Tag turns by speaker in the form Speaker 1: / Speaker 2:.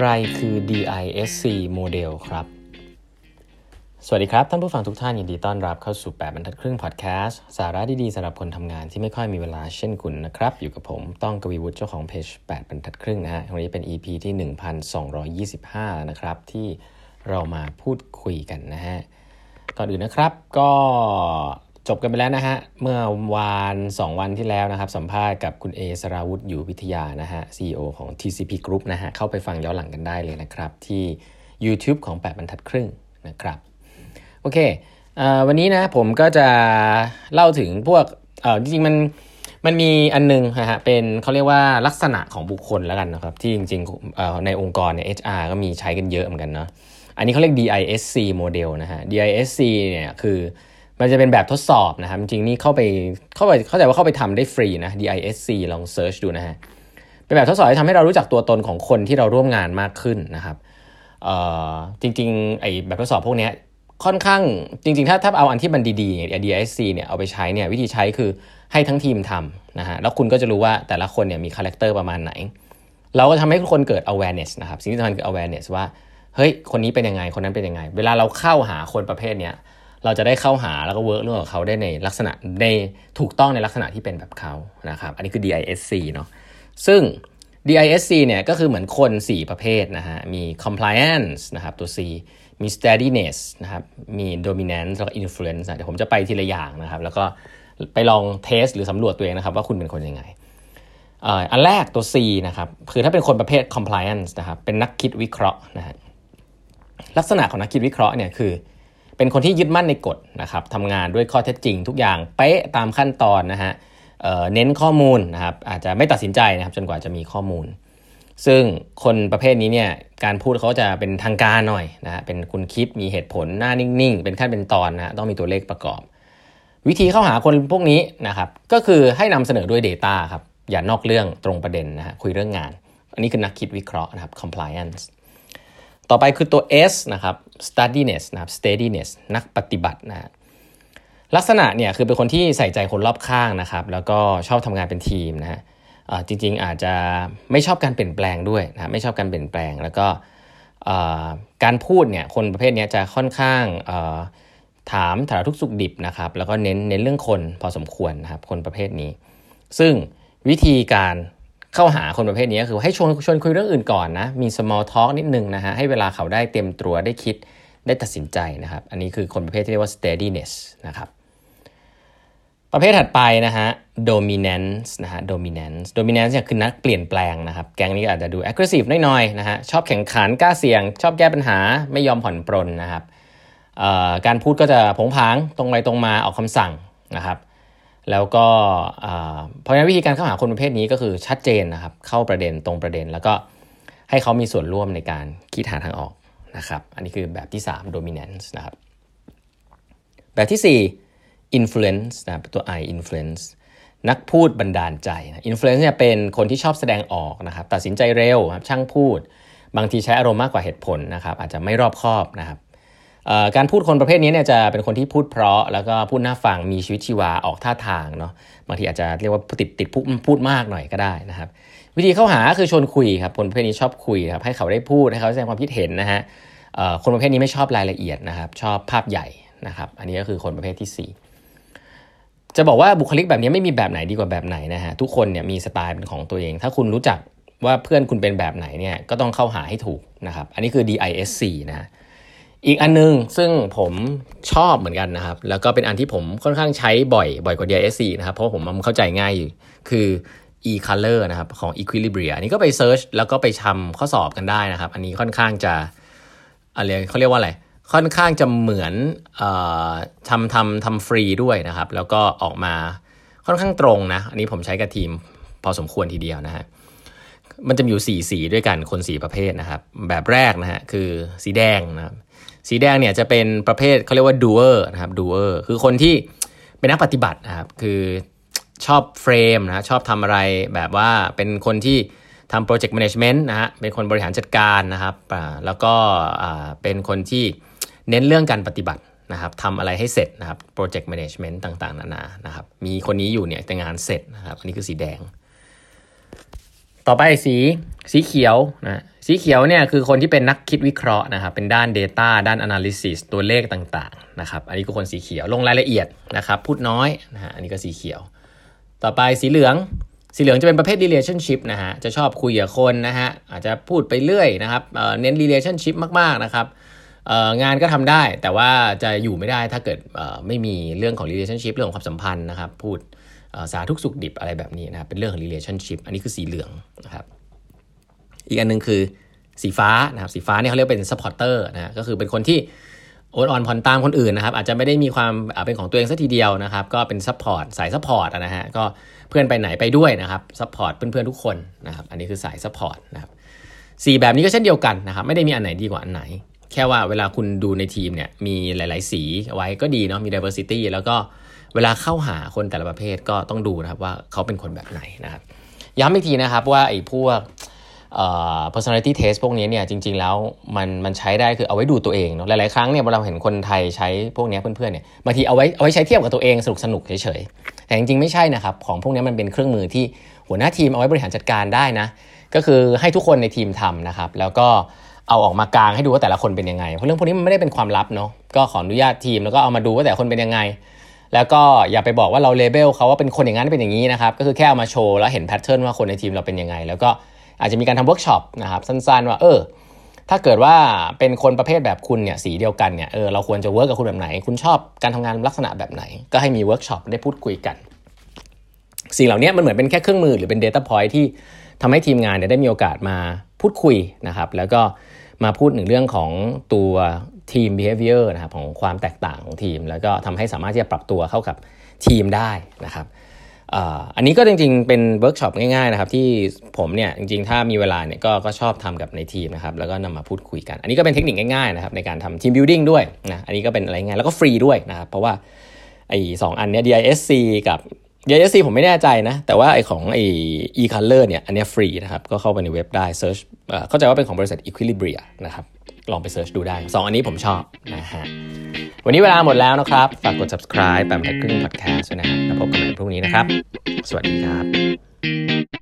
Speaker 1: อะไรคือ DISC โมเดลครับสวัสดีครับท่านผู้ฟังทุกท่านยินดีต้อนรับเข้าสู่8บรรทัดครึ่งพอดแคสต์สาระดีๆสำหรับคนทำงานที่ไม่ค่อยมีเวลาเช่นคุณนะครับอยู่กับผมต้องกวีวุฒิเจ้าของเพจ8บรรทัดครึ่งนะฮะวันนี้เป็น EP ที่1225นะครับที่เรามาพูดคุยกันนะฮะก่อนอื่นนะครับก็จบกันไปแล้วนะฮะเมื่อวัน2วันที่แล้วนะครับสัมภาษณ์กับคุณเอสราวุฒิอยู่วิทยานะฮะ CEO ของ TCP Group นะฮะเข้าไปฟังย้อนหลังกันได้เลยนะครับที่ YouTube ของ8บรรทัดครึ่งนะครับโอเควันนี้นะผมก็จะเล่าถึงพวกจริงๆมันมีอันนึงนะฮะเป็นเขาเรียกว่าลักษณะของบุคคลแล้วกันนะครับที่จริงๆในองค์กรเนี่ย HR ก็มีใช้กันเยอะเหมือนกันเนาะอันนี้เขาเรียก DISC โมเดลนะฮะ DISC เนี่ยคือมันจะเป็นแบบทดสอบนะครับจริงๆนี่เข้าใจว่าเข้าไปทำได้ฟรีนะ DISC ลองเซิร์ชดูนะฮะเป็นแบบทดสอบที่ทำให้เรารู้จักตัวตนของคนที่เราร่วมงานมากขึ้นนะครับจริงๆไอ้แบบทดสอบพวกนี้ค่อนข้างจริงๆถ้าเอาอันที่มันดีๆอย่าง DISC เนี่ยเอาไปใช้เนี่ยวิธีใช้คือให้ทั้งทีมทำนะฮะแล้วคุณก็จะรู้ว่าแต่ละคนเนี่ยมีคาแรคเตอร์ประมาณไหนเราก็ทำให้ทุกคนเกิด awareness นะครับสิ่งที่สำคัญคือ awareness ว่าเฮ้ยคนนี้เป็นยังไงคนนั้นเป็นยังไงเวลาเราเข้าหาคนประเภทเนี้ยเราจะได้เข้าหาแล้วก็เวิร์กเรื่องของเขาได้ในลักษณะในถูกต้องในลักษณะที่เป็นแบบเขานะครับอันนี้คือ DISC เนาะซึ่ง DISC เนี่ยก็คือเหมือนคน4ประเภทนะฮะมี compliance นะครับตัว C มี steadiness นะครับมี dominance แล้วก็ influence เดี๋ยวผมจะไปทีละอย่างนะครับแล้วก็ไปลองเทสหรือสำรวจตัวเองนะครับว่าคุณเป็นคนยังไงอันแรกตัว C นะครับคือถ้าเป็นคนประเภท compliance นะครับเป็นนักคิดวิเคราะห์นะฮะลักษณะของนักคิดวิเคราะห์เนี่ยคือเป็นคนที่ยึดมั่นในกฎนะครับทำงานด้วยข้อเท็จจริงทุกอย่างเป๊ะตามขั้นตอนนะฮะเน้นข้อมูลนะครับอาจจะไม่ตัดสินใจนะครับจนกว่าจะมีข้อมูลซึ่งคนประเภทนี้เนี่ยการพูดเขาจะเป็นทางการหน่อยนะฮะเป็นคุณคิดมีเหตุผลหน้านิ่งๆเป็นขั้นเป็นตอนนะฮะต้องมีตัวเลขประกอบวิธีเข้าหาคนพวกนี้นะครับก็คือให้นำเสนอด้วย Data ครับอย่านอกเรื่องตรงประเด็นนะฮะคุยเรื่องงานอันนี้คือนักคิดวิเคราะห์นะครับ compliance ต่อไปคือตัว S นะครับ steadiness นะครับ steadiness นักปฏิบัตินะฮะลักษณะเนี่ยคือเป็นคนที่ใส่ใจคนรอบข้างนะครับแล้วก็ชอบทำงานเป็นทีมนะฮะจริงๆอาจจะไม่ชอบการเปลี่ยนแปลงด้วยนะไม่ชอบการเปลี่ยนแปลงแล้วก็การพูดเนี่ยคนประเภทนี้จะค่อนข้างถามสารทุกข์สุขดิบนะครับแล้วก็เน้นเรื่องคนพอสมควรนะครับคนประเภทนี้ซึ่งวิธีการเข้าหาคนประเภทนี้ก็คือให้ชวนคุยเรื่องอื่นก่อนนะมี small talk นิดนึงนะฮะให้เวลาเขาได้เตรียมตัวได้คิดได้ตัดสินใจนะครับอันนี้คือคนประเภทที่เรียกว่า steadiness นะครับประเภทถัดไปนะฮะ dominance นะฮะ dominance เนี่ยคือนักเปลี่ยนแปลงนะครับแก๊งนี้อาจจะดู aggressive น้อยๆนะฮะชอบแข่งขันกล้าเสี่ยงชอบแก้ปัญหาไม่ยอมผ่อนปรนนะครับการพูดก็จะผงผางตรงไปตรงมาออกคำสั่งนะครับแล้วก็เพราะฉะนั้นวิธีการเข้าหาคนประเภทนี้ก็คือชัดเจนนะครับเข้าประเด็นตรงประเด็นแล้วก็ให้เขามีส่วนร่วมในการคิดหาทางออกนะครับอันนี้คือแบบที่3 dominance นะครับแบบที่4 influence นะตัว I influence นักพูดบันดาลใจนะ influence เนี่ยเป็นคนที่ชอบแสดงออกนะครับตัดสินใจเร็วครับช่างพูดบางทีใช้อารมณ์มากกว่าเหตุผลนะครับอาจจะไม่รอบคอบนะครับการพูดคนประเภทนี้เนี่ยจะเป็นคนที่พูดเพราะแล้วก็พูดน่าฟังมีชีวิตชีวาออกท่าทางเนาะบางทีอาจจะเรียกว่าติดพูดมากหน่อยก็ได้นะครับวิธีเข้าหาคือชวนคุยครับคนประเภทนี้ชอบคุยครับให้เขาได้พูดให้เขาแสดงความคิดเห็นนะฮะคนประเภทนี้ไม่ชอบรายละเอียดนะครับชอบภาพใหญ่นะครับอันนี้ก็คือคนประเภทที่4จะบอกว่าบุคลิกแบบนี้ไม่มีแบบไหนดีกว่าแบบไหนนะฮะทุกคนเนี่ยมีสไตล์เป็นของตัวเองถ้าคุณรู้จักว่าเพื่อนคุณเป็นแบบไหนเนี่ยก็ต้องเข้าหาให้ถูกนะครับอันนี้คือ DISC นะอีกอันนึงซึ่งผมชอบเหมือนกันนะครับแล้วก็เป็นอันที่ผมค่อนข้างใช้บ่อยกว่า DISC นะครับเพราะผมมันเข้าใจง่ายอยู่คือ E-color นะครับของ Equilibria อันนี้ก็ไปเซิร์ชแล้วก็ไปทำข้อสอบกันได้นะครับอันนี้ค่อนข้างจะอะไรเขาเรียกว่าอะไรค่อนข้างจะเหมือนทำฟรีด้วยนะครับแล้วก็ออกมาค่อนข้างตรงนะอันนี้ผมใช้กับทีมพอสมควรทีเดียวนะฮะมันจะมีอยู่4สีด้วยกันคน4ประเภทนะครับแบบแรกนะฮะคือสีแดงนะครับสีแดงเนี่ยจะเป็นประเภทเขาเรียกว่า doer นะครับ doer คือคนที่เป็นนักปฏิบัตินะครับคือชอบเฟรมนะชอบทำอะไรแบบว่าเป็นคนที่ทำ project management นะฮะเป็นคนบริหารจัดการนะครับแล้วก็เป็นคนที่เน้นเรื่องการปฏิบัตินะครับทำอะไรให้เสร็จนะครับ project management ต่างๆนานานะครับมีคนนี้อยู่เนี่ยแต่งานเสร็จนะครับอันนี้คือสีแดงต่อไปสีเขียวนะสีเขียวเนี่ยคือคนที่เป็นนักคิดวิเคราะห์นะครับเป็นด้าน Data ด้าน Analysis ตัวเลขต่างๆนะครับอันนี้คือคนสีเขียวลงรายละเอียดนะครับพูดน้อยนะฮะอันนี้ก็สีเขียวต่อไปสีเหลืองจะเป็นประเภท relationship นะฮะจะชอบคุยกับคนนะฮะอาจจะพูดไปเรื่อยนะครับเน้น relationship มากๆนะครับงานก็ทำได้แต่ว่าจะอยู่ไม่ได้ถ้าเกิดไม่มีเรื่องของ relationship เรื่องของความสัมพันธ์นะครับพูดสาทุกสุขดิบอะไรแบบนี้นะครับเป็นเรื่องของ relationship อันนี้คือสีเหลืองนะครับอีกอันนึงคือสีฟ้านะครับสีฟ้าเนี่ยเขาเรียกเป็น supporter นะก็คือเป็นคนที่โอนอ่อนผ่อนตามคนอื่นนะครับอาจจะไม่ได้มีความเป็นของตัวเองซะทีเดียวนะครับก็เป็น support สาย support นะฮะก็เพื่อนไปไหนไปด้วยนะครับ support เพื่อนๆทุกคนนะครับอันนี้คือสาย support นะครับสีแบบนี้ก็เช่นเดียวกันนะครับไม่ได้มีอันไหนดีกว่าอันไหนแค่ว่าเวลาคุณดูในทีมเนี่ยมีหลายๆสีไว้ก็ดีเนาะมี diversity แล้วก็เวลาเข้าหาคนแต่ละประเภทก็ต้องดูนะครับว่าเขาเป็นคนแบบไหนนะครับย้ำอีกทีนะครับว่าไอ้พวกpersonality test พวกนี้เนี่ยจริงๆแล้วมันใช้ได้คือเอาไว้ดูตัวเองเนาะหลายๆครั้งเนี่ยเราเห็นคนไทยใช้พวกนี้เพื่อนๆเนี่ยบางทีเอาไว้ใช้เทียบกับตัวเองสนุกๆเฉยๆแต่จริงๆไม่ใช่นะครับของพวกนี้มันเป็นเครื่องมือที่หัวหน้าทีมเอาไว้บริหารจัดการได้นะก็คือให้ทุกคนในทีมทำนะครับแล้วก็เอาออกมากางให้ดูว่าแต่ละคนเป็นยังไงเพราะเรื่องพวกนี้มันไม่ได้เป็นความลับเนาะก็ขออนุญาตทีมแล้วก็เอามาดูว่าแต่ละคนเป็นยังไงแล้วก็อย่าไปบอกว่าเราเลเบลเขาว่าเป็นคนอย่างนั้นเป็นอย่างนี้นะครับก็คือแค่เอามาโชว์แล้วเห็นแพทเทิร์นว่าคนในทีมเราเป็นยังไงแล้วก็อาจจะมีการทำเวิร์กช็อปนะครับสั้นๆว่าถ้าเกิดว่าเป็นคนประเภทแบบคุณเนี่ยสีเดียวกันเนี่ยเราควรจะเวิร์กกับคุณแบบไหนคุณชอบการทำงานลักษณะแบบไหนก็ให้มีเวิร์กช็อปได้พูดคุยกันสิ่งเหล่านี้มันเหมือนเป็นแค่เครื่องมือหรือเป็น data point ที่ทำให้ทีมงานเนี่ยได้มีโอกาสมาพูดคุยนะครับแล้วก็มาพูดถึงเรื่องของตัวทีม behavior นะครับของความแตกต่างของทีมแล้วก็ทำให้สามารถที่จะปรับตัวเข้ากับทีมได้นะครับอันนี้ก็จริงๆเป็นเวิร์กช็อปง่ายๆนะครับที่ผมเนี่ยจริงๆถ้ามีเวลาเนี่ยก็ชอบทำกับในทีมนะครับแล้วก็นำมาพูดคุยกันอันนี้ก็เป็นเทคนิคง่ายๆนะครับในการทำทีมบิลดิ้งด้วยนะอันนี้ก็เป็นอะไรง่ายแล้วก็ฟรีด้วยนะครับเพราะว่าไอ้2อันเนี้ย DISC กับ DISC ผมไม่แน่ใจนะแต่ว่าไอ้ของไอ้ e-color เนี่ยอันเนี้ยฟรีนะครับก็เข้าไปในเว็บได้เซิร์ชเข้าใจว่าเป็นของบริษัท Equilibria นะครับลองไปเสิร์ชดูได้2อันนี้ผมชอบนะฮะวันนี้เวลาหมดแล้วนะครับฝากกด subscribe แปมแพทครึ่ง podcast ด้วยนะฮะแล้วพบกันใหม่พรุ่งนี้นะครับสวัสดีครับ